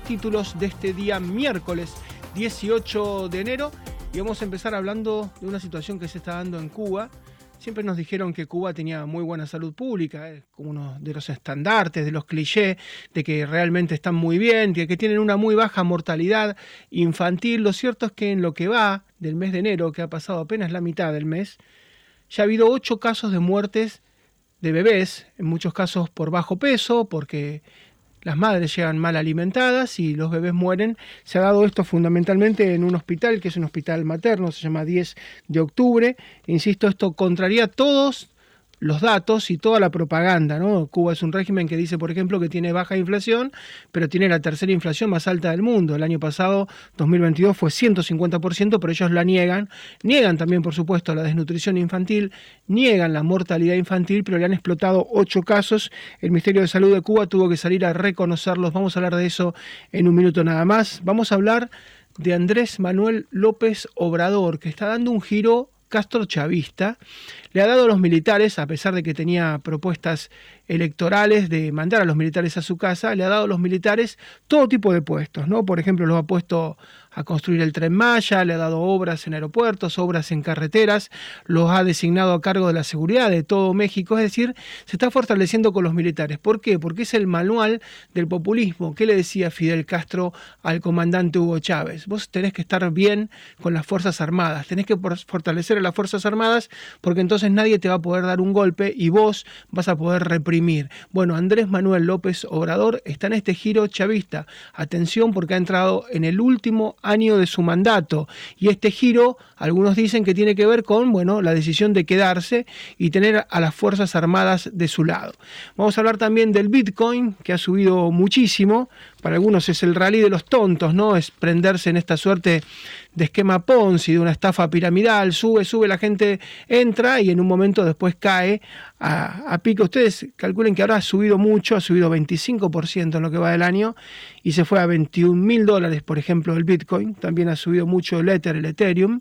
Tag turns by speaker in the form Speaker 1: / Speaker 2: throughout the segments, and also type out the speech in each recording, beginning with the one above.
Speaker 1: títulos de este día miércoles 18 de enero y vamos a empezar hablando de una situación que se está dando en Cuba. Siempre nos dijeron que Cuba tenía muy buena salud pública, como uno de los estandartes, de los clichés, de que realmente están muy bien, de que tienen una muy baja mortalidad infantil. Lo cierto es que en lo que va del mes de enero, que ha pasado apenas la mitad del mes, ya ha habido 8 casos de muertes de bebés, en muchos casos por bajo peso, porque las madres llegan mal alimentadas y los bebés mueren. Se ha dado esto fundamentalmente en un hospital, que es un hospital materno, se llama 10 de octubre. Insisto, esto contraría todos los datos y toda la propaganda, ¿no? Cuba es un régimen que dice, por ejemplo, que tiene baja inflación, pero tiene la tercera inflación más alta del mundo. El año pasado, 2022, fue 150%, pero ellos la niegan. Niegan también, por supuesto, la desnutrición infantil, niegan la mortalidad infantil, pero le han explotado 8 casos. El Ministerio de Salud de Cuba tuvo que salir a reconocerlos. Vamos a hablar de eso en un minuto nada más. Vamos a hablar de Andrés Manuel López Obrador, que está dando un giro castrochavista. Le ha dado a los militares, a pesar de que tenía propuestas electorales de mandar a los militares a su casa, le ha dado a los militares todo tipo de puestos, ¿no? Por ejemplo, los ha puesto a construir el Tren Maya, le ha dado obras en aeropuertos, obras en carreteras, los ha designado a cargo de la seguridad de todo México, es decir, se está fortaleciendo con los militares. ¿Por qué? Porque es el manual del populismo. ¿Qué le decía Fidel Castro al comandante Hugo Chávez? Vos tenés que estar bien con las Fuerzas Armadas, tenés que fortalecer a las Fuerzas Armadas porque entonces nadie te va a poder dar un golpe y vos vas a poder reprimir. Bueno, Andrés Manuel López Obrador está en este giro chavista. Atención, porque ha entrado en el último año de su mandato y este giro, algunos dicen que tiene que ver con, bueno, la decisión de quedarse y tener a las Fuerzas Armadas de su lado. Vamos a hablar también del Bitcoin, que ha subido muchísimo. Para algunos es el rally de los tontos, ¿no? Es prenderse en esta suerte de esquema Ponzi, de una estafa piramidal. Sube, la gente entra y en un momento después cae a pico. Ustedes calculen que ahora ha subido mucho, ha subido 25% en lo que va del año y se fue a $21.000, por ejemplo, el Bitcoin. También ha subido mucho el Ether, el Ethereum,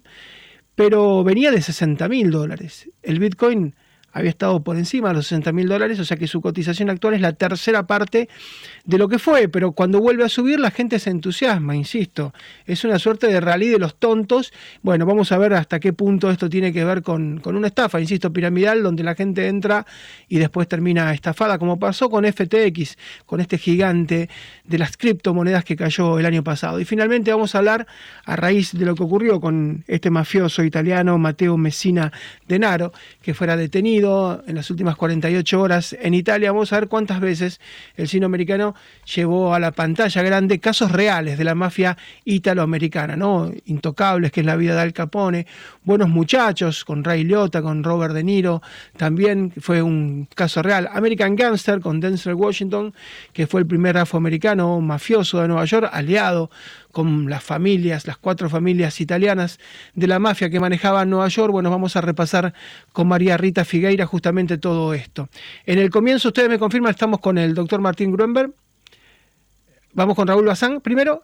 Speaker 1: pero venía de $60.000. El Bitcoin había estado por encima de los $60.000, o sea que su cotización actual es la tercera parte de lo que fue, pero cuando vuelve a subir la gente se entusiasma, insisto, es una suerte de rally de los tontos. Bueno, vamos a ver hasta qué punto esto tiene que ver con una estafa, insisto, piramidal, donde la gente entra y después termina estafada, como pasó con FTX, con este gigante de las criptomonedas que cayó el año pasado. Y finalmente vamos a hablar, a raíz de lo que ocurrió con este mafioso italiano Matteo Messina Denaro, que fuera detenido en las últimas 48 horas en Italia. Vamos a ver cuántas veces el cine americano llevó a la pantalla grande casos reales de la mafia italoamericana, ¿no? Intocables, que es la vida de Al Capone, Buenos Muchachos, con Ray Liotta, con Robert De Niro, también fue un caso real. American Gangster, con Denzel Washington, que fue el primer afroamericano mafioso de Nueva York, aliado con las familias, las 4 familias italianas de la mafia que manejaban Nueva York. Bueno, vamos a repasar con María Rita Figueira justamente todo esto. En el comienzo, ustedes me confirman, estamos con el doctor Martín Gruenberg. Vamos con Raúl Bazán primero.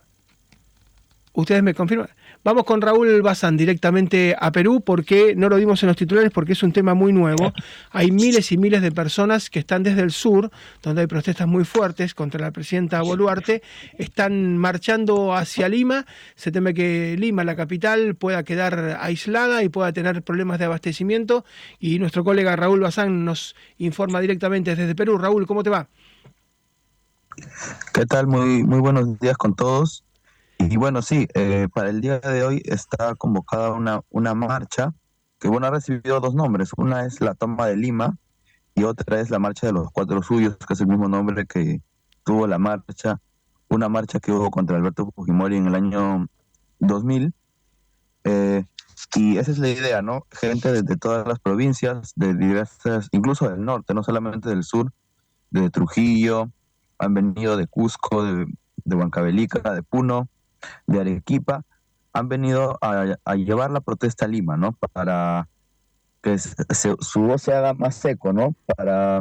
Speaker 1: Ustedes me confirman. Vamos con Raúl Bazán directamente a Perú, porque no lo dimos en los titulares, porque es un tema muy nuevo. Hay miles y miles de personas que están desde el sur, donde hay protestas muy fuertes contra la presidenta Boluarte, están marchando hacia Lima. Se teme que Lima, la capital, pueda quedar aislada y pueda tener problemas de abastecimiento. Y nuestro colega Raúl Bazán nos informa directamente desde Perú. Raúl, ¿cómo te va?
Speaker 2: ¿Qué tal? Muy buenos días con todos. Y bueno, sí, para el día de hoy está convocada una marcha que, bueno, ha recibido 2 nombres. Una es la toma de Lima y otra es la marcha de los 4 suyos, que es el mismo nombre que tuvo la marcha, una marcha que hubo contra Alberto Fujimori en el año 2000. Y esa es la idea, ¿no? Gente de todas las provincias, de diversas, incluso del norte, no solamente del sur, de Trujillo, han venido de Cusco, de Huancavelica, de Puno, de Arequipa, han venido a llevar la protesta a Lima, ¿no? Para que su voz se haga más eco, ¿no? Para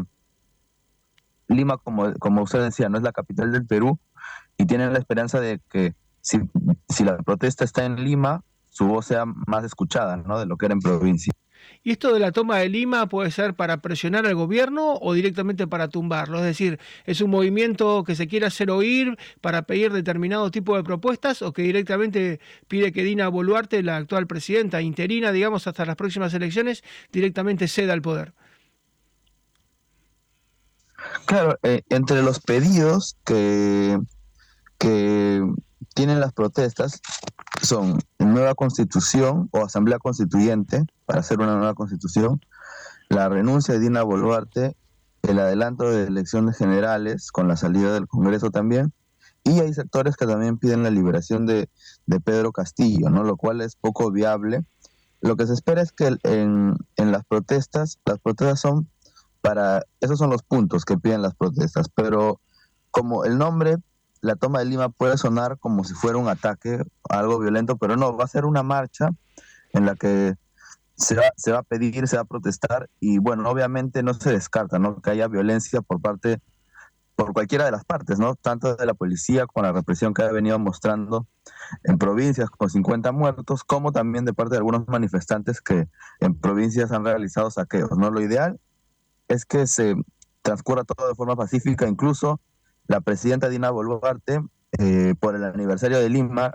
Speaker 2: Lima, como usted decía, no es la capital del Perú y tienen la esperanza de que si la protesta está en Lima, su voz sea más escuchada, ¿no? De lo que era en provincia.
Speaker 1: ¿Y esto de la toma de Lima puede ser para presionar al gobierno o directamente para tumbarlo? Es decir, ¿es un movimiento que se quiere hacer oír para pedir determinado tipo de propuestas o que directamente pide que Dina Boluarte, la actual presidenta interina, digamos, hasta las próximas elecciones, directamente ceda el poder?
Speaker 2: Claro, entre los pedidos que tienen las protestas son nueva constitución o asamblea constituyente para hacer una nueva constitución, la renuncia de Dina Boluarte, el adelanto de elecciones generales con la salida del Congreso también, y hay sectores que también piden la liberación de Pedro Castillo, ¿no? Lo cual es poco viable. Lo que se espera es que en las protestas son esos son los puntos que piden las protestas, pero como el nombre, la toma de Lima puede sonar como si fuera un ataque, algo violento, pero no, va a ser una marcha en la que se va a pedir, se va a protestar y bueno, obviamente no se descarta, ¿no?, que haya violencia por cualquiera de las partes, ¿no? Tanto de la policía con la represión que ha venido mostrando en provincias con 50 muertos, como también de parte de algunos manifestantes que en provincias han realizado saqueos, ¿no? Lo ideal es que se transcurra todo de forma pacífica, incluso la presidenta Dina Boluarte, por el aniversario de Lima,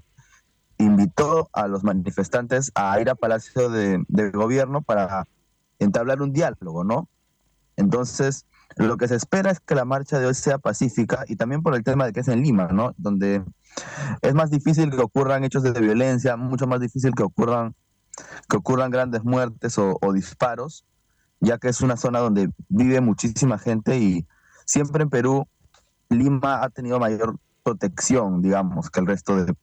Speaker 2: invitó a los manifestantes a ir a Palacio de Gobierno para entablar un diálogo, ¿no? Entonces, lo que se espera es que la marcha de hoy sea pacífica y también por el tema de que es en Lima, ¿no? Donde es más difícil que ocurran hechos de violencia, mucho más difícil que ocurran grandes muertes o disparos, ya que es una zona donde vive muchísima gente y siempre en Perú Lima ha tenido mayor protección, digamos, que el resto de...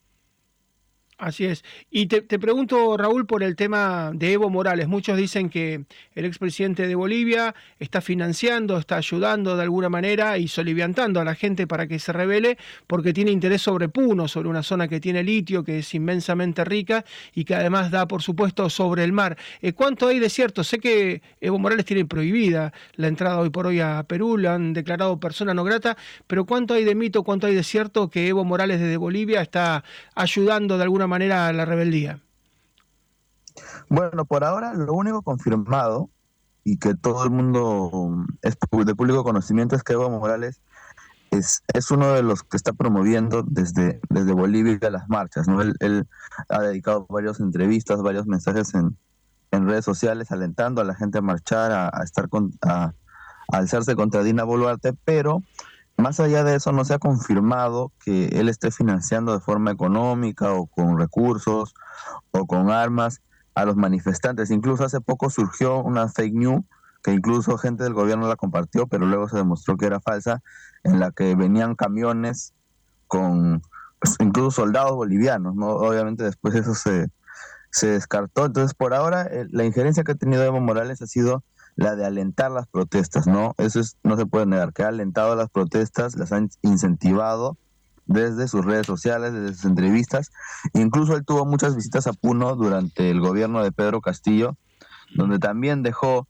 Speaker 1: Así es. Y te pregunto, Raúl, por el tema de Evo Morales. Muchos dicen que el expresidente de Bolivia está financiando, está ayudando de alguna manera y soliviantando a la gente para que se rebele porque tiene interés sobre Puno, sobre una zona que tiene litio, que es inmensamente rica y que además da, por supuesto, sobre el mar. ¿Cuánto hay de cierto? Sé que Evo Morales tiene prohibida la entrada hoy por hoy a Perú, lo han declarado persona no grata, pero ¿cuánto hay de mito, cuánto hay de cierto que Evo Morales desde Bolivia está ayudando de alguna manera a la rebeldía?
Speaker 2: Bueno, por ahora lo único confirmado y que todo el mundo es de público conocimiento es que Evo Morales es uno de los que está promoviendo desde Bolivia las marchas, ¿no? Él ha dedicado varias entrevistas, varios mensajes en redes sociales alentando a la gente a marchar, a alzarse contra Dina Boluarte, pero más allá de eso no se ha confirmado que él esté financiando de forma económica o con recursos o con armas a los manifestantes. Incluso hace poco surgió una fake news que incluso gente del gobierno la compartió, pero luego se demostró que era falsa, en la que venían camiones con incluso soldados bolivianos, ¿no? Obviamente después eso se descartó. Entonces, por ahora, la injerencia que ha tenido Evo Morales ha sido la de alentar las protestas, ¿no? No se puede negar, que ha alentado las protestas, las ha incentivado desde sus redes sociales, desde sus entrevistas. Incluso él tuvo muchas visitas a Puno durante el gobierno de Pedro Castillo, donde también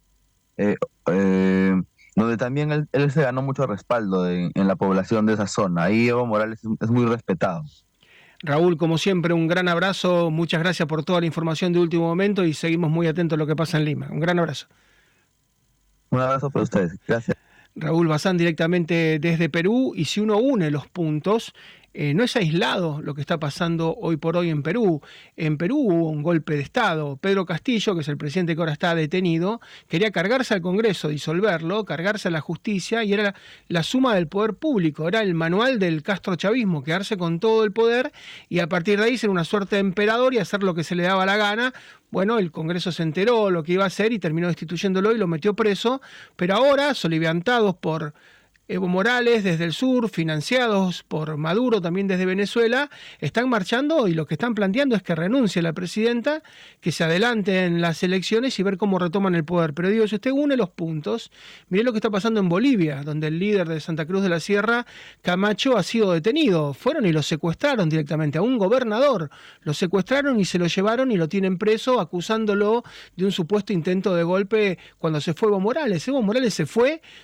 Speaker 2: donde también él se ganó mucho respaldo en la población de esa zona. Ahí Evo Morales es muy respetado.
Speaker 1: Raúl, como siempre, un gran abrazo, muchas gracias por toda la información de último momento y seguimos muy atentos a lo que pasa en Lima. Un gran abrazo.
Speaker 2: Un abrazo para ustedes, gracias.
Speaker 1: Raúl Bazán directamente desde Perú, y si uno une los puntos, no es aislado lo que está pasando hoy por hoy en Perú. En Perú hubo un golpe de Estado. Pedro Castillo, que es el presidente que ahora está detenido, quería cargarse al Congreso, disolverlo, cargarse a la justicia, y era la suma del poder público, era el manual del castrochavismo, quedarse con todo el poder y a partir de ahí ser una suerte de emperador y hacer lo que se le daba la gana. Bueno, el Congreso se enteró lo que iba a hacer y terminó destituyéndolo y lo metió preso, pero ahora, soliviantados por Evo Morales desde el sur, financiados por Maduro también desde Venezuela, están marchando y lo que están planteando es que renuncie la presidenta, que se adelante en las elecciones y ver cómo retoman el poder. Pero digo, si usted une los puntos, mire lo que está pasando en Bolivia, donde el líder de Santa Cruz de la Sierra, Camacho, ha sido detenido. Fueron y lo secuestraron directamente a un gobernador. Lo secuestraron y se lo llevaron y lo tienen preso, acusándolo de un supuesto intento de golpe cuando se fue Evo Morales. Evo Morales se fue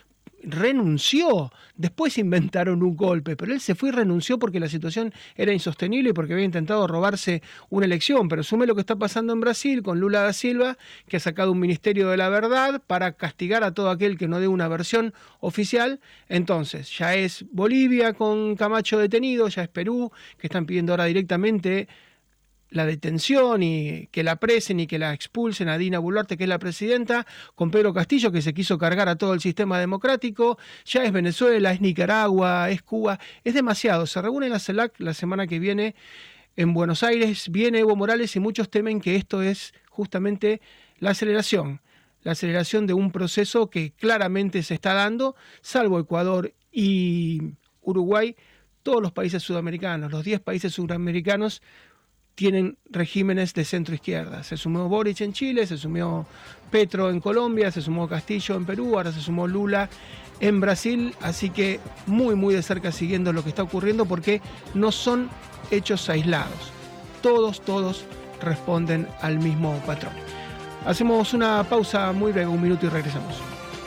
Speaker 1: renunció. Después inventaron un golpe, pero él se fue y renunció porque la situación era insostenible y porque había intentado robarse una elección. Pero sume lo que está pasando en Brasil con Lula da Silva, que ha sacado un Ministerio de la Verdad para castigar a todo aquel que no dé una versión oficial. Entonces, ya es Bolivia con Camacho detenido, ya es Perú, que están pidiendo ahora directamente la detención y que la apresen y que la expulsen a Dina Boluarte, que es la presidenta, con Pedro Castillo, que se quiso cargar a todo el sistema democrático. Ya es Venezuela, es Nicaragua, es Cuba, es demasiado. Se reúne la CELAC la semana que viene en Buenos Aires, viene Evo Morales y muchos temen que esto es justamente la aceleración de un proceso que claramente se está dando, salvo Ecuador y Uruguay. Todos los países sudamericanos, los 10 países sudamericanos, tienen regímenes de centro-izquierda. Se sumó Boric en Chile, se sumó Petro en Colombia, se sumó Castillo en Perú, ahora se sumó Lula en Brasil, así que muy muy de cerca siguiendo lo que está ocurriendo porque no son hechos aislados. Todos responden al mismo patrón. Hacemos una pausa muy breve, 1 minuto y regresamos.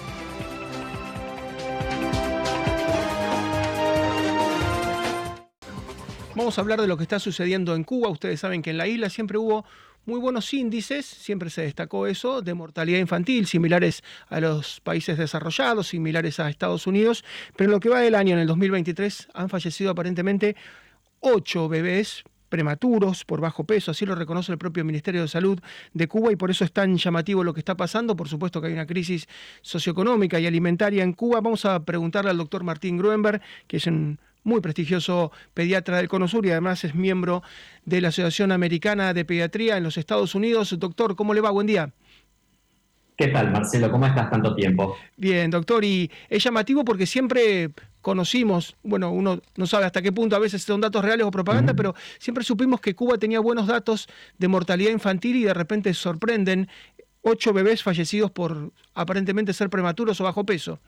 Speaker 1: Vamos a hablar de lo que está sucediendo en Cuba. Ustedes saben que en la isla siempre hubo muy buenos índices, siempre se destacó eso, de mortalidad infantil, similares a los países desarrollados, similares a Estados Unidos, pero en lo que va del año, en el 2023, han fallecido aparentemente 8 bebés prematuros por bajo peso, así lo reconoce el propio Ministerio de Salud de Cuba, y por eso es tan llamativo lo que está pasando. Por supuesto que hay una crisis socioeconómica y alimentaria en Cuba. Vamos a preguntarle al doctor Martín Gruenberg, que es un muy prestigioso pediatra del Cono Sur y además es miembro de la Asociación Americana de Pediatría en los Estados Unidos. Doctor, ¿cómo le va? Buen día.
Speaker 3: ¿Qué tal, Marcelo? ¿Cómo estás tanto tiempo?
Speaker 1: Bien, doctor, y es llamativo porque siempre conocimos, bueno, uno no sabe hasta qué punto a veces son datos reales o propaganda, pero siempre supimos que Cuba tenía buenos datos de mortalidad infantil y de repente sorprenden 8 bebés fallecidos por aparentemente ser prematuros o bajo peso.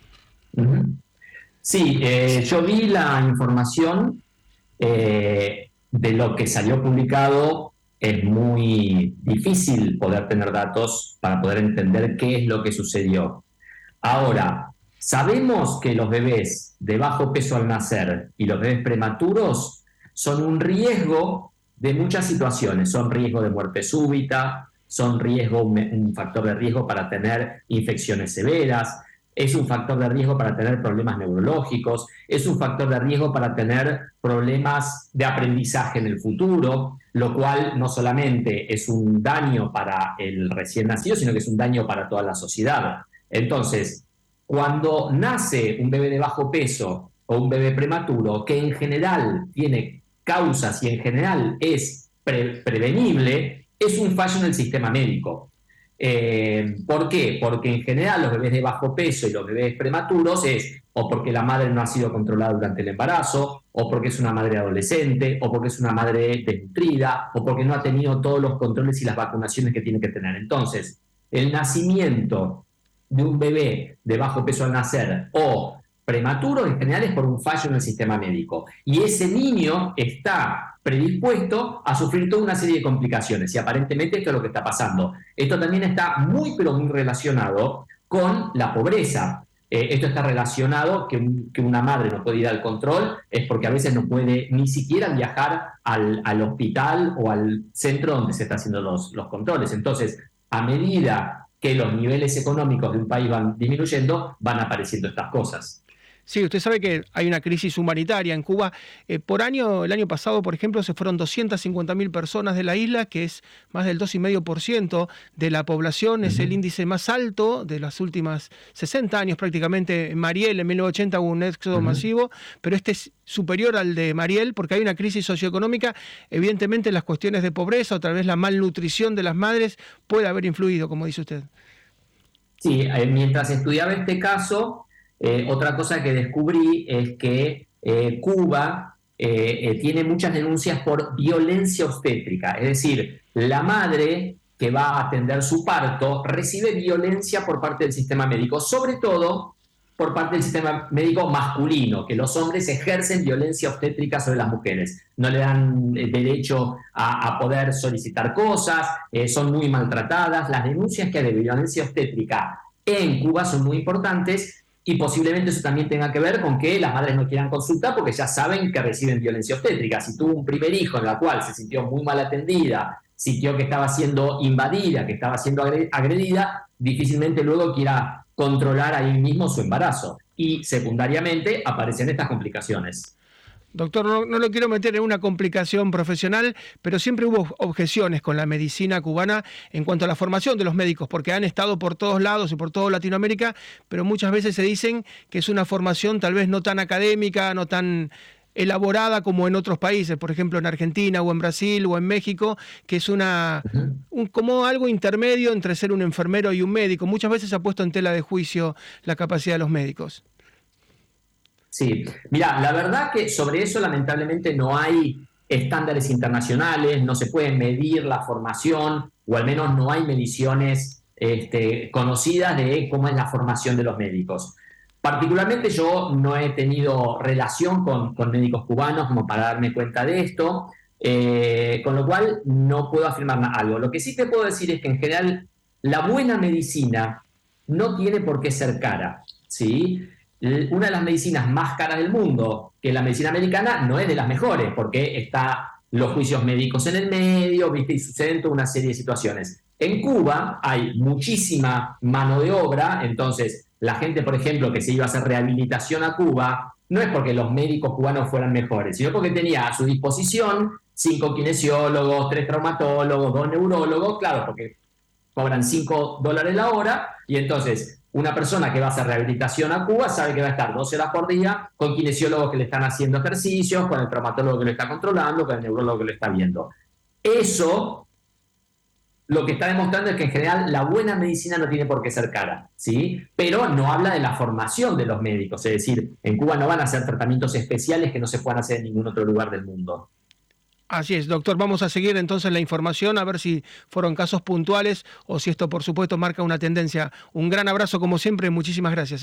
Speaker 3: Sí, yo vi la información de lo que salió publicado. Es muy difícil poder tener datos para poder entender qué es lo que sucedió. Ahora, sabemos que los bebés de bajo peso al nacer y los bebés prematuros son un riesgo de muchas situaciones. Son riesgo de muerte súbita, son un factor de riesgo para tener infecciones severas, es un factor de riesgo para tener problemas neurológicos, es un factor de riesgo para tener problemas de aprendizaje en el futuro, lo cual no solamente es un daño para el recién nacido, sino que es un daño para toda la sociedad. Entonces, cuando nace un bebé de bajo peso o un bebé prematuro, que en general tiene causas y en general es prevenible, es un fallo en el sistema médico. ¿Por qué? Porque en general los bebés de bajo peso y los bebés prematuros es o porque la madre no ha sido controlada durante el embarazo, o porque es una madre adolescente, o porque es una madre desnutrida, o porque no ha tenido todos los controles y las vacunaciones que tiene que tener. Entonces, el nacimiento de un bebé de bajo peso al nacer o prematuro en general es por un fallo en el sistema médico. Y ese niño está predispuesto a sufrir toda una serie de complicaciones. Y aparentemente esto es lo que está pasando. Esto también está muy, pero muy relacionado con la pobreza. Esto está relacionado que una madre no puede ir al control, es porque a veces no puede ni siquiera viajar al hospital o al centro donde se están haciendo los controles. Entonces, a medida que los niveles económicos de un país van disminuyendo, van apareciendo estas cosas.
Speaker 1: Sí, usted sabe que hay una crisis humanitaria en Cuba. Por año, el año pasado, por ejemplo, se fueron 250.000 personas de la isla, que es más del 2,5% de la población. Es el índice más alto de las últimas 60 años prácticamente. En Mariel, en 1980, hubo un éxodo masivo, pero este es superior al de Mariel porque hay una crisis socioeconómica. Evidentemente, las cuestiones de pobreza o tal vez la malnutrición de las madres puede haber influido, como dice usted.
Speaker 3: Sí, mientras estudiaba este caso, otra cosa que descubrí es que Cuba tiene muchas denuncias por violencia obstétrica, es decir, la madre que va a atender su parto recibe violencia por parte del sistema médico, sobre todo por parte del sistema médico masculino, que los hombres ejercen violencia obstétrica sobre las mujeres, no le dan derecho a poder solicitar cosas, son muy maltratadas. Las denuncias que hay de violencia obstétrica en Cuba son muy importantes y posiblemente eso también tenga que ver con que las madres no quieran consultar porque ya saben que reciben violencia obstétrica. Si tuvo un primer hijo en la cual se sintió muy mal atendida, sintió que estaba siendo invadida, que estaba siendo agredida, difícilmente luego quiera controlar ahí mismo su embarazo. Y secundariamente aparecen estas complicaciones.
Speaker 1: Doctor, no lo quiero meter en una complicación profesional, pero siempre hubo objeciones con la medicina cubana en cuanto a la formación de los médicos, porque han estado por todos lados y por toda Latinoamérica, pero muchas veces se dicen que es una formación tal vez no tan académica, no tan elaborada como en otros países, por ejemplo en Argentina o en Brasil o en México, que es como algo intermedio entre ser un enfermero y un médico. Muchas veces se ha puesto en tela de juicio la capacidad de los médicos.
Speaker 3: Sí, mira, la verdad que sobre eso lamentablemente no hay estándares internacionales, no se puede medir la formación, o al menos no hay mediciones conocidas de cómo es la formación de los médicos. Particularmente yo no he tenido relación con médicos cubanos como para darme cuenta de esto, con lo cual no puedo afirmar algo. Lo que sí te puedo decir es que en general la buena medicina no tiene por qué ser cara, ¿sí? Una de las medicinas más caras del mundo, que es la medicina americana, no es de las mejores, porque está los juicios médicos en el medio, ¿viste? Y suceden toda una serie de situaciones. En Cuba hay muchísima mano de obra, entonces la gente, por ejemplo, que se iba a hacer rehabilitación a Cuba, no es porque los médicos cubanos fueran mejores, sino porque tenía a su disposición 5 kinesiólogos, 3 traumatólogos, 2 neurólogos, claro, porque cobran $5 la hora, y entonces una persona que va a hacer rehabilitación a Cuba sabe que va a estar 12 horas por día con kinesiólogos que le están haciendo ejercicios, con el traumatólogo que lo está controlando, con el neurólogo que lo está viendo. Eso lo que está demostrando es que en general la buena medicina no tiene por qué ser cara, ¿sí? Pero no habla de la formación de los médicos, es decir, en Cuba no van a hacer tratamientos especiales que no se puedan hacer en ningún otro lugar del mundo.
Speaker 1: Así es, doctor. Vamos a seguir entonces la información, a ver si fueron casos puntuales o si esto, por supuesto, marca una tendencia. Un gran abrazo, como siempre. Muchísimas gracias.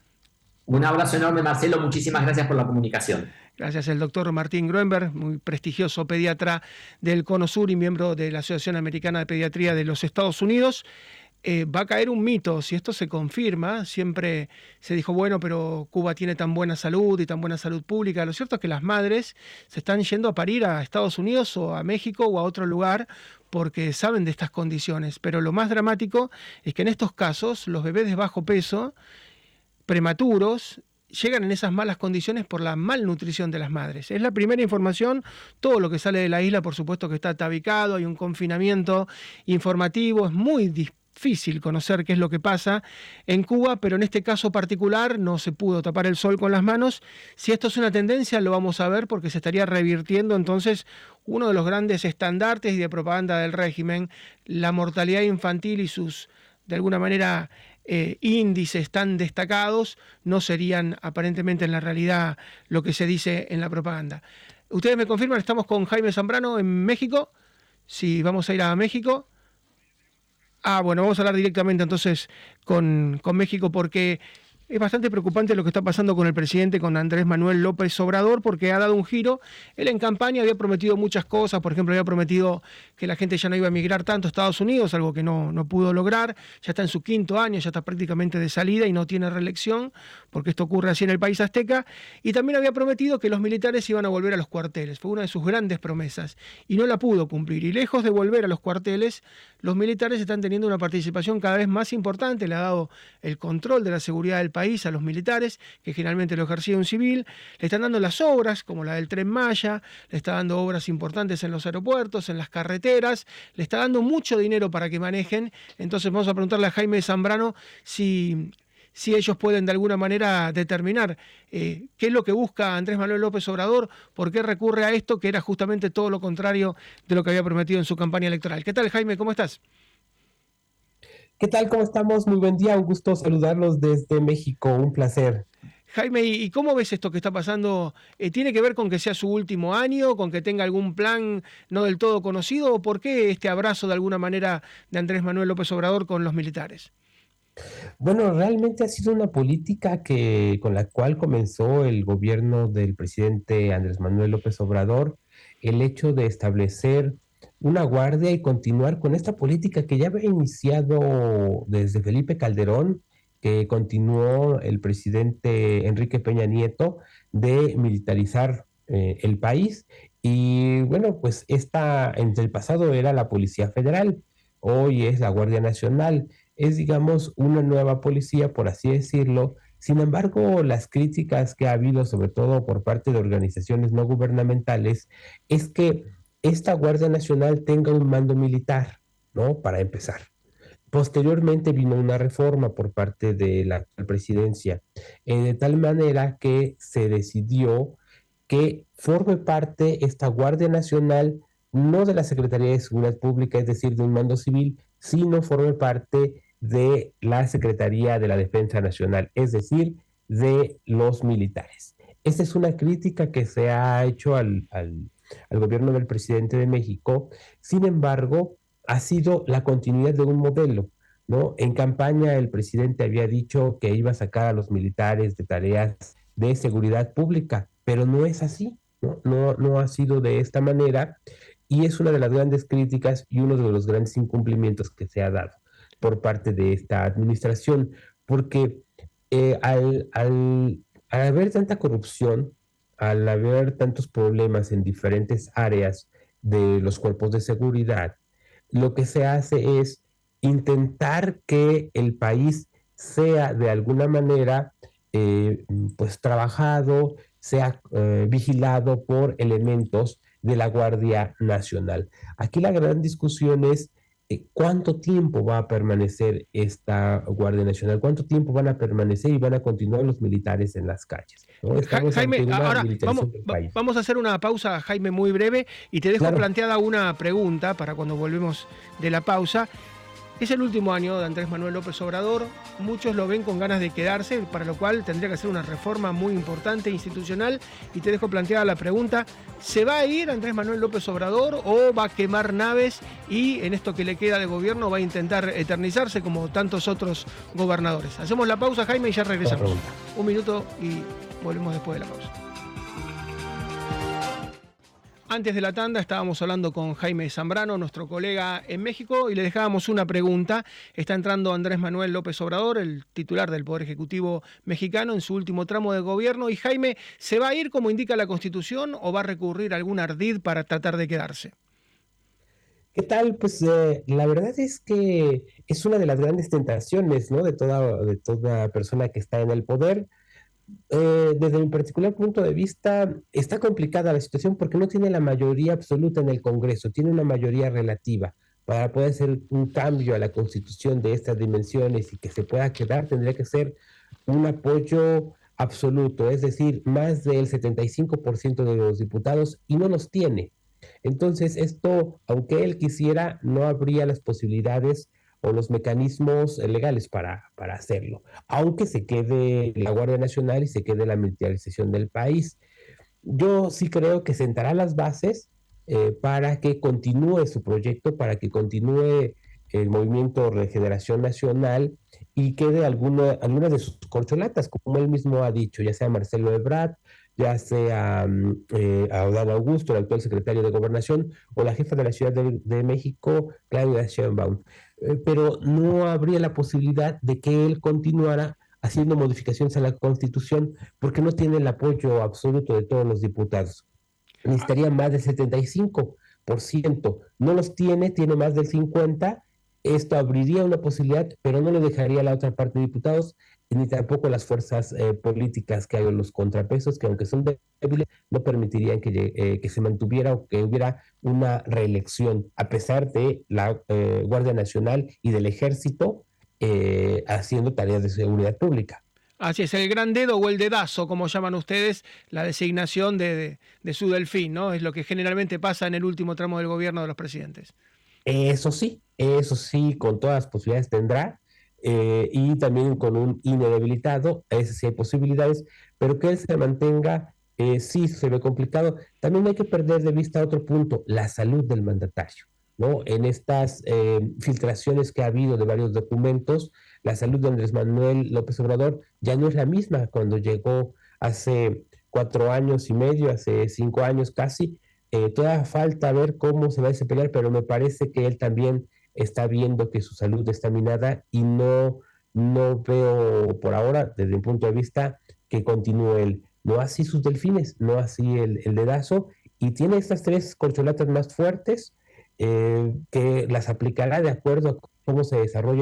Speaker 3: Un abrazo enorme, Marcelo. Muchísimas gracias por la comunicación.
Speaker 1: Gracias, el doctor Martín Groenberg, muy prestigioso pediatra del Cono Sur y miembro de la Asociación Americana de Pediatría de los Estados Unidos. Va a caer un mito, si esto se confirma, siempre se dijo, bueno, pero Cuba tiene tan buena salud y tan buena salud pública. Lo cierto es que las madres se están yendo a parir a Estados Unidos o a México o a otro lugar porque saben de estas condiciones. Pero lo más dramático es que en estos casos los bebés de bajo peso, prematuros, llegan en esas malas condiciones por la malnutrición de las madres. Es la primera información. Todo lo que sale de la isla, por supuesto que está tabicado, hay un confinamiento informativo, es muy difícil conocer qué es lo que pasa en Cuba, pero en este caso particular no se pudo tapar el sol con las manos. Si esto es una tendencia, lo vamos a ver porque se estaría revirtiendo entonces uno de los grandes estandartes y de propaganda del régimen, la mortalidad infantil y sus, de alguna manera, índices tan destacados no serían aparentemente en la realidad lo que se dice en la propaganda. Ustedes me confirman, estamos con Jaime Zambrano en México. Sí, vamos a ir a México. Bueno, vamos a hablar directamente entonces con México porque es bastante preocupante lo que está pasando con el presidente, con Andrés Manuel López Obrador, porque ha dado un giro. Él en campaña había prometido muchas cosas, por ejemplo, había prometido que la gente ya no iba a emigrar tanto a Estados Unidos, algo que no pudo lograr. Ya está en su 5º año, ya está prácticamente de salida y no tiene reelección, porque esto ocurre así en el país azteca. Y también había prometido que los militares iban a volver a los cuarteles. Fue una de sus grandes promesas y no la pudo cumplir. Y lejos de volver a los cuarteles, los militares están teniendo una participación cada vez más importante. Le ha dado el control de la seguridad del país a los militares, que generalmente lo ejercía un civil. Le están dando las obras, como la del Tren Maya, le está dando obras importantes en los aeropuertos, en las carreteras, le está dando mucho dinero para que manejen. Entonces vamos a preguntarle a Jaime Zambrano si ellos pueden de alguna manera determinar qué es lo que busca Andrés Manuel López Obrador, por qué recurre a esto, que era justamente todo lo contrario de lo que había prometido en su campaña electoral. ¿Qué tal, Jaime? ¿Cómo estás?
Speaker 4: ¿Qué tal? ¿Cómo estamos? Muy buen día, un gusto saludarlos desde México, un placer.
Speaker 1: Jaime, ¿y cómo ves esto que está pasando? ¿Tiene que ver con que sea su último año, con que tenga algún plan no del todo conocido, o por qué este abrazo de alguna manera de Andrés Manuel López Obrador con los militares?
Speaker 4: Bueno, realmente ha sido una política con la cual comenzó el gobierno del presidente Andrés Manuel López Obrador, el hecho de establecer una guardia y continuar con esta política que ya había iniciado desde Felipe Calderón, que continuó el presidente Enrique Peña Nieto de militarizar el país. Y bueno, pues en el pasado era la Policía Federal, hoy es la Guardia Nacional, es digamos una nueva policía, por así decirlo. Sin embargo, las críticas que ha habido, sobre todo por parte de organizaciones no gubernamentales, es que esta Guardia Nacional tenga un mando militar, ¿no? Para empezar. Posteriormente vino una reforma por parte de la presidencia, de tal manera que se decidió que forme parte esta Guardia Nacional no de la Secretaría de Seguridad Pública, es decir, de un mando civil, sino forme parte de la Secretaría de la Defensa Nacional, es decir, de los militares. Esta es una crítica que se ha hecho al gobierno del presidente de México. Sin embargo, ha sido la continuidad de un modelo, ¿no? En campaña el presidente había dicho que iba a sacar a los militares de tareas de seguridad pública, pero no es así, ¿no? No ha sido de esta manera, y es una de las grandes críticas y uno de los grandes incumplimientos que se ha dado por parte de esta administración, porque al haber tanta corrupción, al haber tantos problemas en diferentes áreas de los cuerpos de seguridad, lo que se hace es intentar que el país sea de alguna manera pues trabajado, sea vigilado por elementos de la Guardia Nacional. Aquí la gran discusión es cuánto tiempo va a permanecer esta Guardia Nacional, cuánto tiempo van a permanecer y van a continuar los militares en las calles, ¿no? Estamos
Speaker 1: Jaime,
Speaker 4: ante una
Speaker 1: ahora
Speaker 4: militarización del país.
Speaker 1: vamos a hacer una pausa, Jaime, muy breve, y te dejo
Speaker 4: Claro.
Speaker 1: planteada una pregunta para cuando volvemos de la pausa. Es el último año de Andrés Manuel López Obrador, muchos lo ven con ganas de quedarse, para lo cual tendría que hacer una reforma muy importante institucional, y te dejo planteada la pregunta: ¿se va a ir Andrés Manuel López Obrador o va a quemar naves y en esto que le queda de gobierno va a intentar eternizarse como tantos otros gobernadores? Hacemos la pausa, Jaime, y ya regresamos. Un minuto y volvemos después de la pausa. Antes de la tanda estábamos hablando con Jaime Zambrano, nuestro colega en México, y le dejábamos una pregunta. Está entrando Andrés Manuel López Obrador, el titular del Poder Ejecutivo mexicano, en su último tramo de gobierno. Y Jaime, ¿se va a ir como indica la Constitución o va a recurrir a algún ardid para tratar de quedarse?
Speaker 4: ¿Qué tal? Pues la verdad es que es una de las grandes tentaciones, ¿no? De toda persona que está en el poder. Desde mi particular punto de vista, está complicada la situación porque no tiene la mayoría absoluta en el Congreso, tiene una mayoría relativa. Para poder hacer un cambio a la Constitución de estas dimensiones y que se pueda quedar, tendría que ser un apoyo absoluto, es decir, más del 75% de los diputados, y no los tiene. Entonces, esto, aunque él quisiera, no habría las posibilidades o los mecanismos legales para hacerlo, aunque se quede la Guardia Nacional y se quede la militarización del país. Yo sí creo que sentará las bases para que continúe su proyecto, para que continúe el movimiento Regeneración Nacional y quede algunas de sus corcholatas, como él mismo ha dicho, ya sea Marcelo Ebrard, ya sea Adán Augusto, el actual secretario de Gobernación, o la jefa de la Ciudad de México, Claudia Sheinbaum. Pero no habría la posibilidad de que él continuara haciendo modificaciones a la Constitución porque no tiene el apoyo absoluto de todos los diputados. Necesitaría más del 75%. No los tiene más del 50%. Esto abriría una posibilidad, pero no lo dejaría a la otra parte de diputados, ni tampoco las fuerzas políticas que hay, los contrapesos, que aunque son débiles, no permitirían que se mantuviera o que hubiera una reelección, a pesar de la Guardia Nacional y del Ejército haciendo tareas de seguridad pública.
Speaker 1: Así es, el gran dedo o el dedazo, como llaman ustedes, la designación de su delfín, ¿no? Es lo que generalmente pasa en el último tramo del gobierno de los presidentes.
Speaker 4: Eso sí, con todas las posibilidades tendrá, y también con un INE debilitado, ese sí hay posibilidades, pero que él se mantenga, sí se ve complicado. También hay que perder de vista otro punto, la salud del mandatario, ¿no? En estas filtraciones que ha habido de varios documentos, la salud de Andrés Manuel López Obrador ya no es la misma cuando llegó hace 4 años y medio, hace 5 años casi. Todavía falta ver cómo se va a desempeñar, pero me parece que él también está viendo que su salud está minada y no no veo por ahora, desde mi punto de vista, que continúe él. No así sus delfines, no así el dedazo, y tiene estas tres corcholatas más fuertes que las aplicará de acuerdo a cómo se desarrolla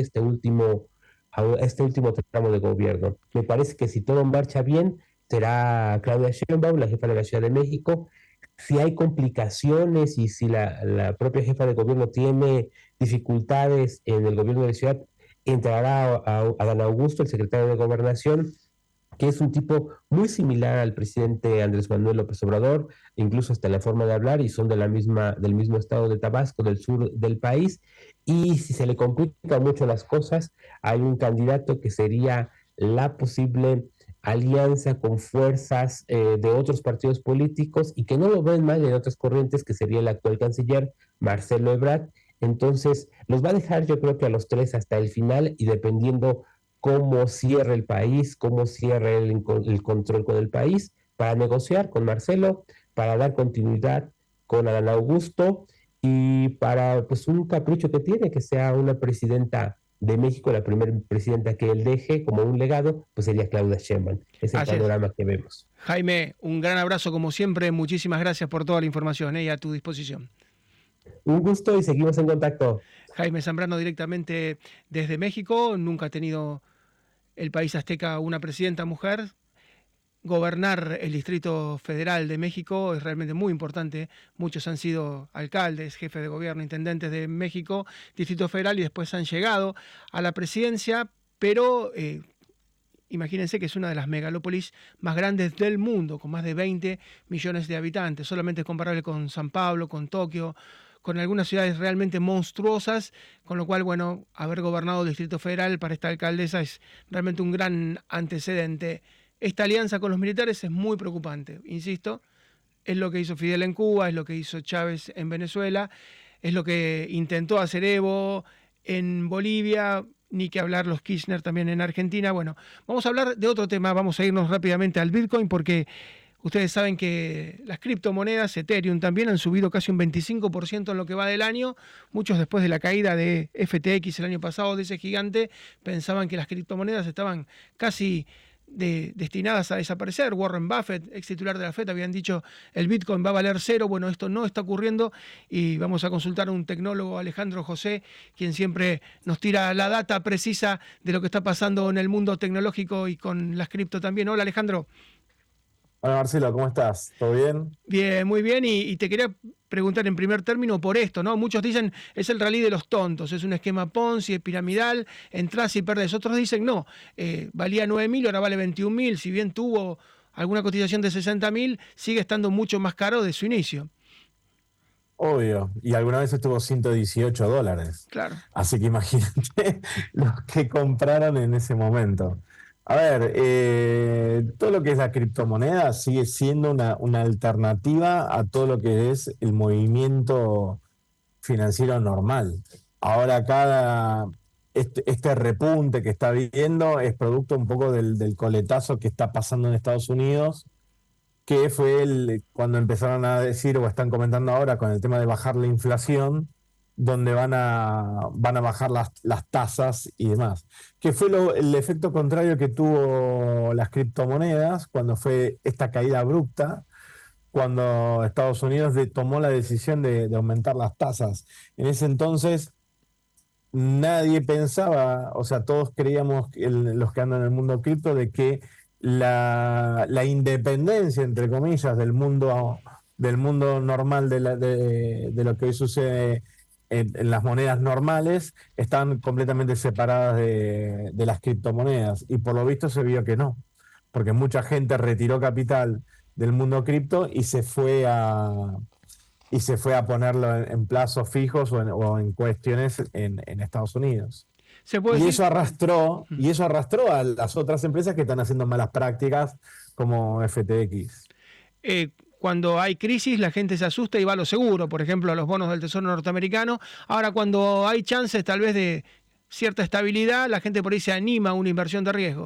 Speaker 4: este último tramo de gobierno. Me parece que si todo marcha bien, será Claudia Sheinbaum, la jefa de la Ciudad de México. Si hay complicaciones y si la propia jefa de gobierno tiene dificultades en el gobierno de la ciudad, entrará a Adán Augusto, el secretario de Gobernación, que es un tipo muy similar al presidente Andrés Manuel López Obrador, incluso hasta en la forma de hablar, y son del mismo estado de Tabasco, del sur del país. Y si se le complican mucho las cosas, hay un candidato que sería la posible alianza con fuerzas de otros partidos políticos y que no lo ven mal en otras corrientes, que sería el actual canciller Marcelo Ebrard. Entonces, los va a dejar yo creo que a los tres hasta el final, y dependiendo cómo cierre el país, cómo cierre el control con el país, para negociar con Marcelo, para dar continuidad con Adán Augusto y para pues un capricho que tiene, que sea una presidenta de México, la primera presidenta que él deje como un legado, pues sería Claudia Sheinbaum. Es el
Speaker 1: Así
Speaker 4: panorama que vemos.
Speaker 1: Jaime, un gran abrazo como siempre, muchísimas gracias por toda la información y a tu disposición.
Speaker 4: Un gusto y seguimos en contacto.
Speaker 1: Jaime Zambrano directamente desde México, nunca ha tenido el país azteca una presidenta mujer. Gobernar el Distrito Federal de México es realmente muy importante. Muchos han sido alcaldes, jefes de gobierno, intendentes de México, Distrito Federal, y después han llegado a la presidencia, pero imagínense que es una de las megalópolis más grandes del mundo, con más de 20 millones de habitantes. Solamente es comparable con San Pablo, con Tokio, con algunas ciudades realmente monstruosas, con lo cual, bueno, haber gobernado el Distrito Federal para esta alcaldesa es realmente un gran antecedente. Esta alianza con los militares es muy preocupante, insisto, es lo que hizo Fidel en Cuba, es lo que hizo Chávez en Venezuela, es lo que intentó hacer Evo en Bolivia, ni que hablar los Kirchner también en Argentina. Bueno, vamos a hablar de otro tema, vamos a irnos rápidamente al Bitcoin, porque ustedes saben que las criptomonedas, Ethereum también, han subido casi un 25% en lo que va del año. Muchos, después de la caída de FTX el año pasado, de ese gigante, pensaban que las criptomonedas estaban casi destinadas a desaparecer. Warren Buffett, ex titular de la FED, habían dicho el Bitcoin va a valer cero. Bueno, esto no está ocurriendo y vamos a consultar a un tecnólogo, Alejandro José, quien siempre nos tira la data precisa de lo que está pasando en el mundo tecnológico y con las cripto también. Hola, Alejandro.
Speaker 5: Hola Marcelo, ¿cómo estás? ¿Todo bien?
Speaker 1: Bien, muy bien, y te quería preguntar en primer término por esto, ¿no? Muchos dicen es el rally de los tontos, es un esquema Ponzi, es piramidal, entras y perdés. Otros dicen no, valía 9.000, ahora vale 21.000, si bien tuvo alguna cotización de 60.000, sigue estando mucho más caro de su inicio.
Speaker 5: Obvio, y alguna vez estuvo $118.
Speaker 1: Claro.
Speaker 5: Así que imagínate los que compraron en ese momento. A ver, todo lo que es la criptomoneda sigue siendo una alternativa a todo lo que es el movimiento financiero normal. Ahora este repunte que está viendo es producto un poco del coletazo que está pasando en Estados Unidos, que fue cuando empezaron a decir o están comentando ahora con el tema de bajar la inflación, donde van a bajar las tasas y demás. Que fue el efecto contrario que tuvo las criptomonedas cuando fue esta caída abrupta, cuando Estados Unidos tomó la decisión de aumentar las tasas. En ese entonces nadie pensaba, o sea, todos creíamos, los que andan en el mundo cripto, de que la independencia, entre comillas, del mundo normal de lo que hoy sucede en las monedas normales, están completamente separadas de las criptomonedas. Y por lo visto se vio que no, porque mucha gente retiró capital del mundo cripto y se fue a ponerlo en plazos fijos o en cuestiones en Estados Unidos. Y eso arrastró a las otras empresas que están haciendo malas prácticas como FTX.
Speaker 1: Cuando hay crisis, la gente se asusta y va a lo seguro, por ejemplo, a los bonos del Tesoro norteamericano. Ahora, cuando hay chances tal vez de cierta estabilidad, la gente por ahí se anima a una inversión de riesgo.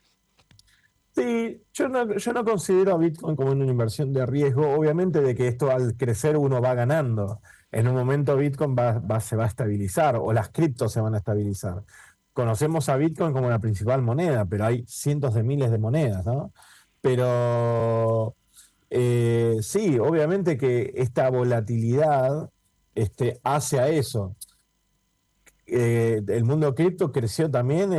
Speaker 5: Sí, yo no considero a Bitcoin como una inversión de riesgo. Obviamente de que esto al crecer uno va ganando. En un momento Bitcoin se va a estabilizar o las criptos se van a estabilizar. conocemos a Bitcoin como la principal moneda, pero hay cientos de miles de monedas, ¿no? Pero sí, obviamente que esta volatilidad hace a eso. El mundo cripto creció también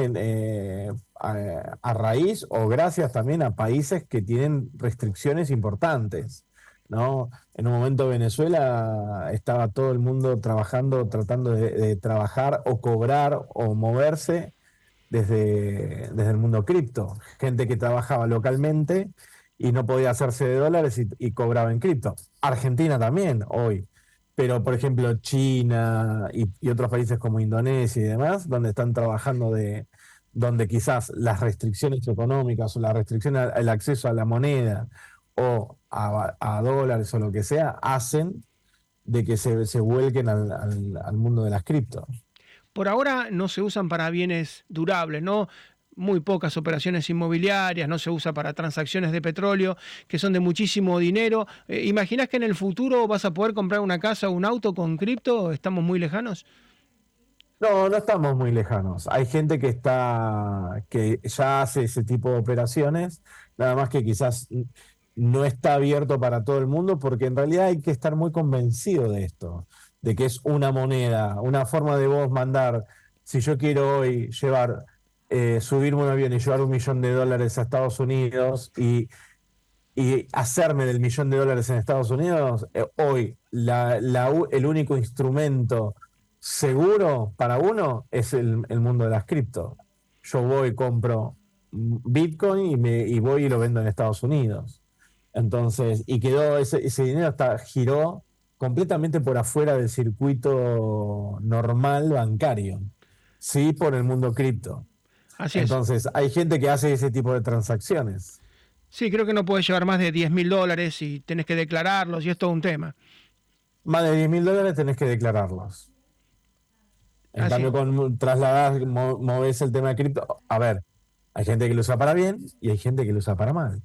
Speaker 5: a raíz o gracias también a países que tienen restricciones importantes, ¿no? En un momento Venezuela estaba todo el mundo trabajando, tratando de trabajar o cobrar o moverse desde el mundo cripto. Gente que trabajaba localmente y no podía hacerse de dólares y cobraba en cripto. Argentina también hoy. Pero, por ejemplo, China y otros países como Indonesia y demás, donde están trabajando donde quizás las restricciones económicas o la restricción al acceso a la moneda o a dólares o lo que sea, hacen de que se vuelquen al mundo de las criptos.
Speaker 1: Por ahora no se usan para bienes durables, ¿no? Muy pocas operaciones inmobiliarias, no se usa para transacciones de petróleo, que son de muchísimo dinero. ¿Imaginás que en el futuro vas a poder comprar una casa o un auto con cripto? ¿Estamos muy lejanos?
Speaker 5: No, no estamos muy lejanos. Hay gente que ya hace ese tipo de operaciones, nada más que quizás no está abierto para todo el mundo, porque en realidad hay que estar muy convencido de esto, de que es una moneda, una forma de vos mandar. Si yo quiero hoy subirme a un avión y llevar $1 millón a Estados Unidos y hacerme del $1 millón en Estados Unidos, hoy el único instrumento seguro para uno es el mundo de las cripto. Yo voy, compro Bitcoin y voy y lo vendo en Estados Unidos. Entonces, y quedó ese dinero giró completamente por afuera del circuito normal bancario, sí, por el mundo cripto.
Speaker 1: Así es.
Speaker 5: Entonces, hay gente que hace ese tipo de transacciones.
Speaker 1: Sí, creo que no podés llevar más de $10.000 y tenés que declararlos y es todo un tema.
Speaker 5: Más de $10.000 tenés que declararlos. En cambio, trasladás, movés el tema de cripto. A ver, hay gente que lo usa para bien y hay gente que lo usa para mal.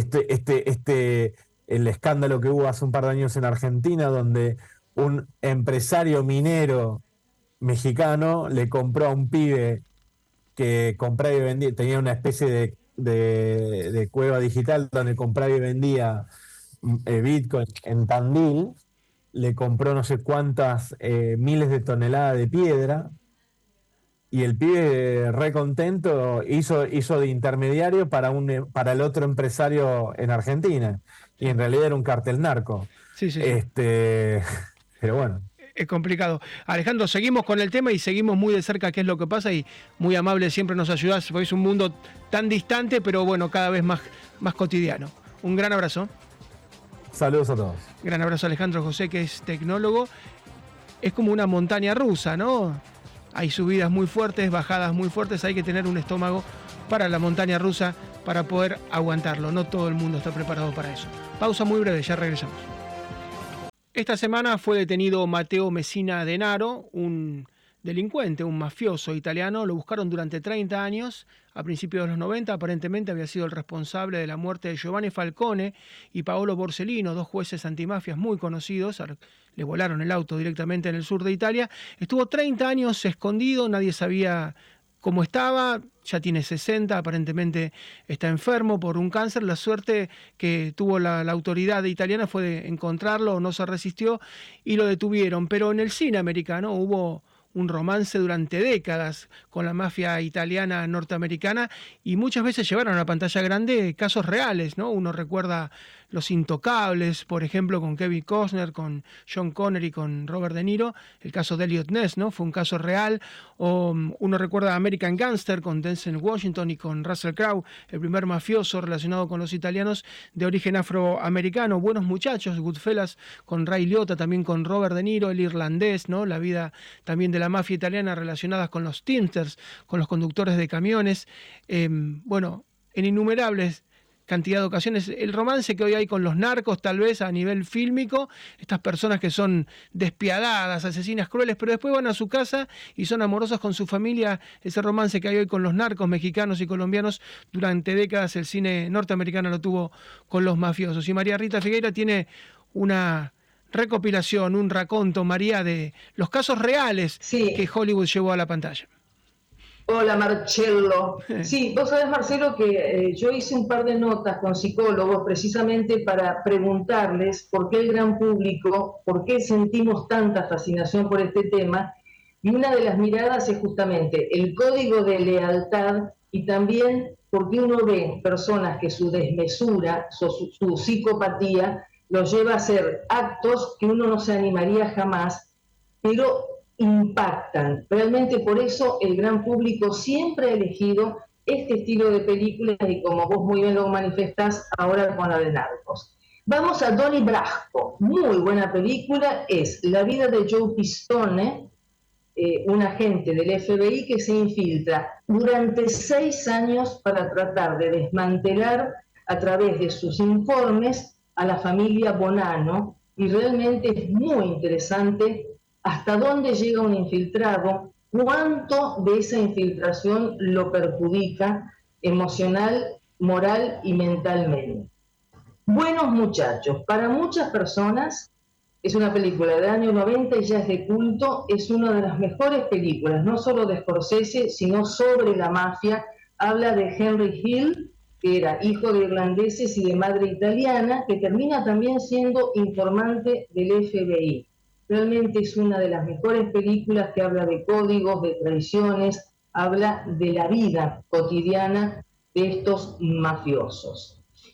Speaker 5: El escándalo que hubo hace un par de años en Argentina, donde un empresario minero mexicano le compró a un pibe que compraba y vendía, tenía una especie de cueva digital donde compraba y vendía Bitcoin en Tandil, le compró no sé cuántas miles de toneladas de piedra y el pibe re contento hizo de intermediario para el otro empresario en Argentina y en realidad era un cartel narco.
Speaker 1: Sí.
Speaker 5: Pero bueno.
Speaker 1: Es complicado. Alejandro, seguimos con el tema y seguimos muy de cerca qué es lo que pasa y muy amable siempre nos ayudás, porque es un mundo tan distante, pero bueno, cada vez más cotidiano. Un gran abrazo.
Speaker 5: Saludos a todos.
Speaker 1: Gran abrazo a Alejandro José, que es tecnólogo. Es como una montaña rusa, ¿no? Hay subidas muy fuertes, bajadas muy fuertes, hay que tener un estómago para la montaña rusa para poder aguantarlo. No todo el mundo está preparado para eso. Pausa muy breve, ya regresamos. Esta semana fue detenido Matteo Messina Denaro, un delincuente, un mafioso italiano. Lo buscaron durante 30 años. A principios de los 90, aparentemente había sido el responsable de la muerte de Giovanni Falcone y Paolo Borsellino, dos jueces antimafias muy conocidos. Le volaron el auto directamente en el sur de Italia. Estuvo 30 años escondido, nadie sabía cómo estaba, ya tiene 60, aparentemente está enfermo por un cáncer. La suerte que tuvo la autoridad italiana fue de encontrarlo, no se resistió y lo detuvieron. Pero en el cine americano hubo un romance durante décadas con la mafia italiana norteamericana y muchas veces llevaron a la pantalla grande casos reales, ¿no? Uno recuerda Los Intocables, por ejemplo, con Kevin Costner, con Sean Connery, con Robert De Niro. El caso de Elliot Ness, ¿no? Fue un caso real. O uno recuerda American Gangster con Denzel Washington y con Russell Crowe, el primer mafioso relacionado con los italianos de origen afroamericano. Buenos Muchachos, Goodfellas, con Ray Liotta, también con Robert De Niro, El Irlandés, ¿no? La vida también de la mafia italiana relacionadas con los Teamsters, con los conductores de camiones. Bueno, en innumerables cantidad de ocasiones, el romance que hoy hay con los narcos, tal vez a nivel fílmico, estas personas que son despiadadas, asesinas crueles, pero después van a su casa y son amorosos con su familia, ese romance que hay hoy con los narcos mexicanos y colombianos, durante décadas el cine norteamericano lo tuvo con los mafiosos. Y María Rita Figueira tiene una recopilación, un raconto, María, de los casos reales que Hollywood llevó a la pantalla.
Speaker 6: Hola Marcelo. Sí, vos sabés Marcelo que yo hice un par de notas con psicólogos precisamente para preguntarles por qué el gran público, por qué sentimos tanta fascinación por este tema, y una de las miradas es justamente el código de lealtad y también porque uno ve personas que su desmesura, su psicopatía, los lleva a hacer actos que uno no se animaría jamás, pero impactan. Realmente por eso el gran público siempre ha elegido este estilo de películas y como vos muy bien lo manifestás ahora con la de Narcos. Vamos a Donnie Brasco, muy buena película, es la vida de Joe Pistone, un agente del FBI que se infiltra durante 6 años para tratar de desmantelar a través de sus informes a la familia Bonanno, y realmente es muy interesante hasta dónde llega un infiltrado, cuánto de esa infiltración lo perjudica emocional, moral y mentalmente. Buenos Muchachos, para muchas personas es una película del año 90 y ya es de culto, es una de las mejores películas, no solo de Scorsese, sino sobre la mafia. Habla de Henry Hill, que era hijo de irlandeses y de madre italiana, que termina también siendo informante del FBI. Realmente es una de las mejores películas que habla de códigos, de traiciones, habla de la vida cotidiana de estos mafiosos.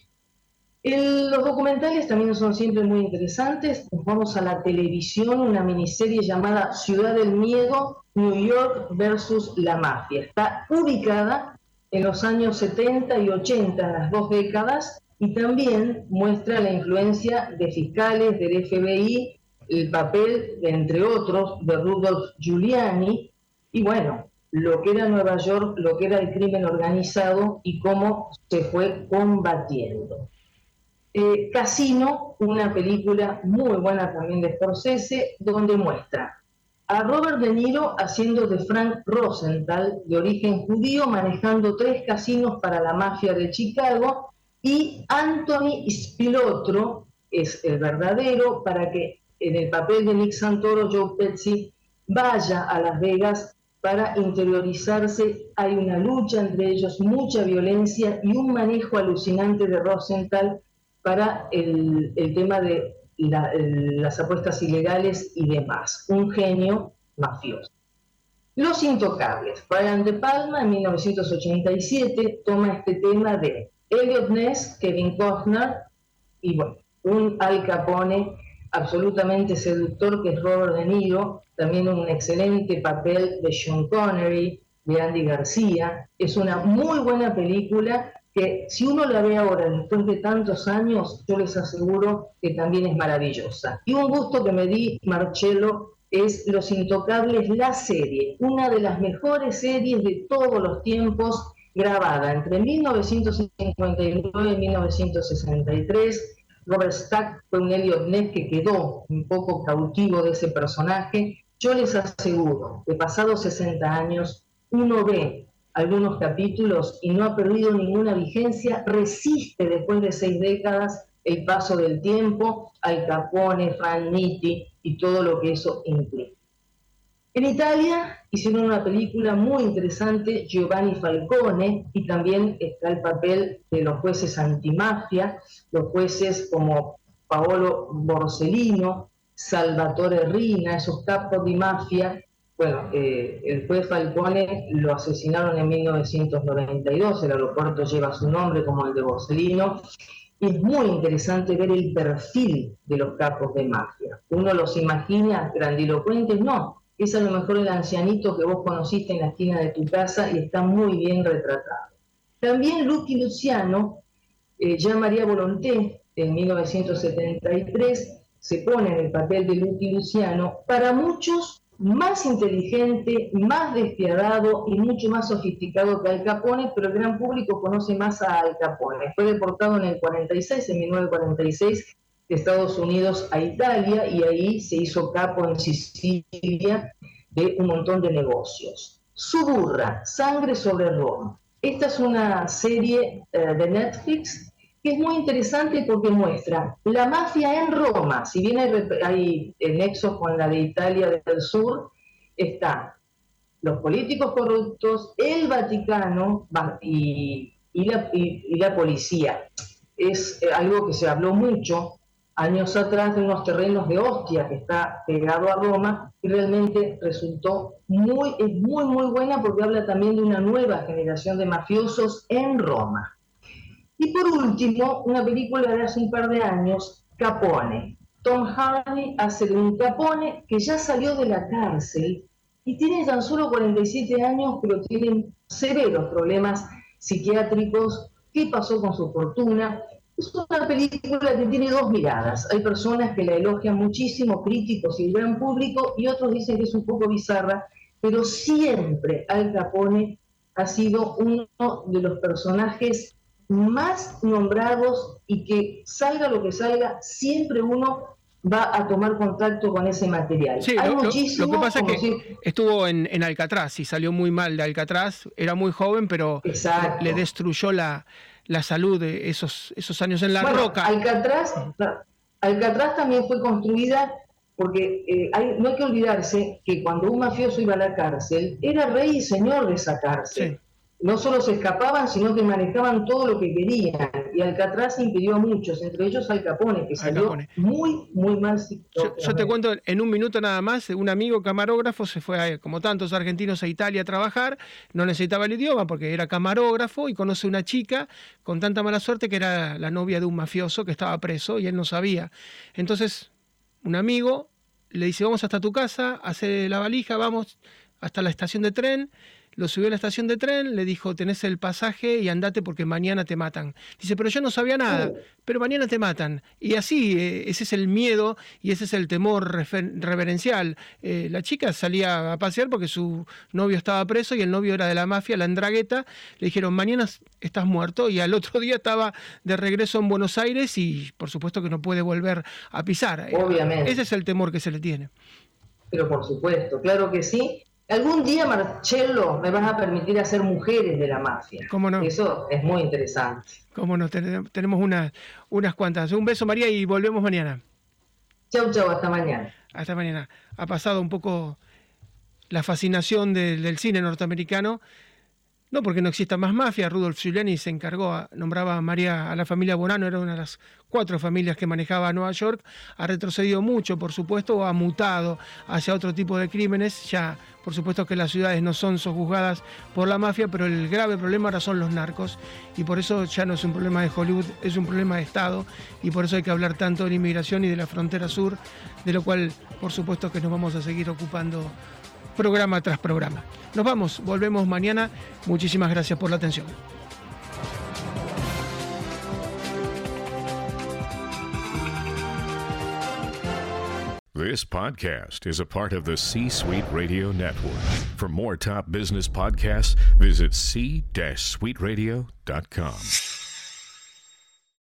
Speaker 6: Los documentales también son siempre muy interesantes. Nos vamos a la televisión, una miniserie llamada Ciudad del Miedo, New York versus la Mafia. Está ubicada en los años 70 y 80, en las 2 décadas, y también muestra la influencia de fiscales del FBI, el papel, entre otros, de Rudolph Giuliani, y bueno, lo que era Nueva York, lo que era el crimen organizado y cómo se fue combatiendo. Casino, una película muy buena también de Scorsese, donde muestra a Robert De Niro haciendo de Frank Rosenthal, de origen judío, manejando 3 casinos para la mafia de Chicago, y Anthony Spilotro es el verdadero, para que en el papel de Nick Santoro, Joe Pesci vaya a Las Vegas para interiorizarse. Hay una lucha entre ellos, mucha violencia y un manejo alucinante de Rosenthal para el tema de las apuestas ilegales y demás. Un genio mafioso. Los Intocables. Brian De Palma en 1987 toma este tema de Elliot Ness, Kevin Costner y bueno, un Al Capone absolutamente seductor que es Robert De Niro, también un excelente papel de Sean Connery, de Andy García. Es una muy buena película que si uno la ve ahora, después de tantos años, yo les aseguro que también es maravillosa. Y un gusto que me di, Marcelo, es Los Intocables, la serie, una de las mejores series de todos los tiempos, grabada entre 1959 y 1963. Robert Stack fue un Elliot Ness que quedó un poco cautivo de ese personaje. Yo les aseguro que pasados 60 años, uno ve algunos capítulos y no ha perdido ninguna vigencia, resiste después de 6 décadas el paso del tiempo, Al Capone, Frank Nitti y todo lo que eso implica. En Italia hicieron una película muy interesante, Giovanni Falcone, y también está el papel de los jueces antimafia, los jueces como Paolo Borsellino, Salvatore Rina, esos capos de mafia. Bueno, el juez Falcone lo asesinaron en 1992, el aeropuerto lleva su nombre como el de Borsellino, y es muy interesante ver el perfil de los capos de mafia. Uno los imagina grandilocuentes, no, es a lo mejor el ancianito que vos conociste en la esquina de tu casa y está muy bien retratado. También Lucky Luciano, Jean Maria Volonté, en 1973, se pone en el papel de Lucky Luciano, para muchos más inteligente, más despiadado y mucho más sofisticado que Al Capone, pero el gran público conoce más a Al Capone. Fue deportado en el 46, en 1946, de Estados Unidos a Italia, y ahí se hizo capo en Sicilia de un montón de negocios. Suburra, Sangre sobre Roma. Esta es una serie de Netflix que es muy interesante porque muestra la mafia en Roma. Si bien hay nexos con la de Italia del Sur, está los políticos corruptos, el Vaticano y la policía. Es algo que se habló mucho años atrás de unos terrenos de Ostia que está pegado a Roma y realmente resultó muy buena porque habla también de una nueva generación de mafiosos en Roma. Y por último, una película de hace un par de años, Capone. Tom Hardy hace de un Capone que ya salió de la cárcel y tiene tan solo 47 años, pero tiene severos problemas psiquiátricos. ¿Qué pasó con su fortuna? Es una película que tiene dos miradas. Hay personas que la elogian muchísimo, críticos y el gran público, y otros dicen que es un poco bizarra, pero siempre Al Capone ha sido uno de los personajes más nombrados y que salga lo que salga, siempre uno va a tomar contacto con ese material.
Speaker 1: Sí,
Speaker 6: Hay
Speaker 1: lo
Speaker 6: muchísimo,
Speaker 1: que pasa es que
Speaker 6: si...
Speaker 1: estuvo en Alcatraz y salió muy mal de Alcatraz, era muy joven, pero le destruyó la salud de esos años en la roca.
Speaker 6: Alcatraz también fue construida porque no hay que olvidarse que cuando un mafioso iba a la cárcel, era rey y señor de esa cárcel. Sí. No solo se escapaban, sino que manejaban todo lo que querían. Y Alcatraz impidió a muchos, entre ellos Al Capone, que salió muy mal.
Speaker 1: Yo te cuento en un minuto nada más, un amigo camarógrafo se fue, como tantos argentinos, a Italia a trabajar, no necesitaba el idioma porque era camarógrafo y conoce una chica con tanta mala suerte que era la novia de un mafioso que estaba preso y él no sabía. Entonces, un amigo le dice, vamos hasta tu casa, hace la valija, vamos hasta la estación de tren. Lo subió a la estación de tren, le dijo, tenés el pasaje y andate porque mañana te matan. Dice, pero yo no sabía nada, pero mañana te matan. Y así, ese es el miedo y ese es el temor reverencial. La chica salía a pasear porque su novio estaba preso y el novio era de la mafia, la Ndrangheta. Le dijeron, mañana estás muerto, y al otro día estaba de regreso en Buenos Aires y por supuesto que no puede volver a pisar.
Speaker 6: Obviamente.
Speaker 1: Ese es el temor que se le tiene.
Speaker 6: Pero por supuesto, claro que sí. Algún día, Marcello, me vas a permitir hacer mujeres de la mafia.
Speaker 1: ¿Cómo no?
Speaker 6: Eso es muy interesante.
Speaker 1: ¿Cómo no? Tenemos unas cuantas. Un beso, María, y volvemos mañana.
Speaker 6: Chau, hasta mañana.
Speaker 1: Hasta mañana. Ha pasado un poco la fascinación del cine norteamericano. No porque no exista más mafia, Rudolph Giuliani se encargó, nombraba a la familia Bonanno, era una de las 4 familias que manejaba Nueva York, ha retrocedido mucho, por supuesto, ha mutado hacia otro tipo de crímenes, ya por supuesto que las ciudades no son sojuzgadas por la mafia, pero el grave problema ahora son los narcos, y por eso ya no es un problema de Hollywood, es un problema de Estado, y por eso hay que hablar tanto de la inmigración y de la frontera sur, de lo cual por supuesto que nos vamos a seguir ocupando programa tras programa. Nos vamos, volvemos mañana. Muchísimas gracias por la atención.
Speaker 7: This podcast is a part of the C-Suite Radio Network. For more top business podcasts, visit c-suiteradio.com.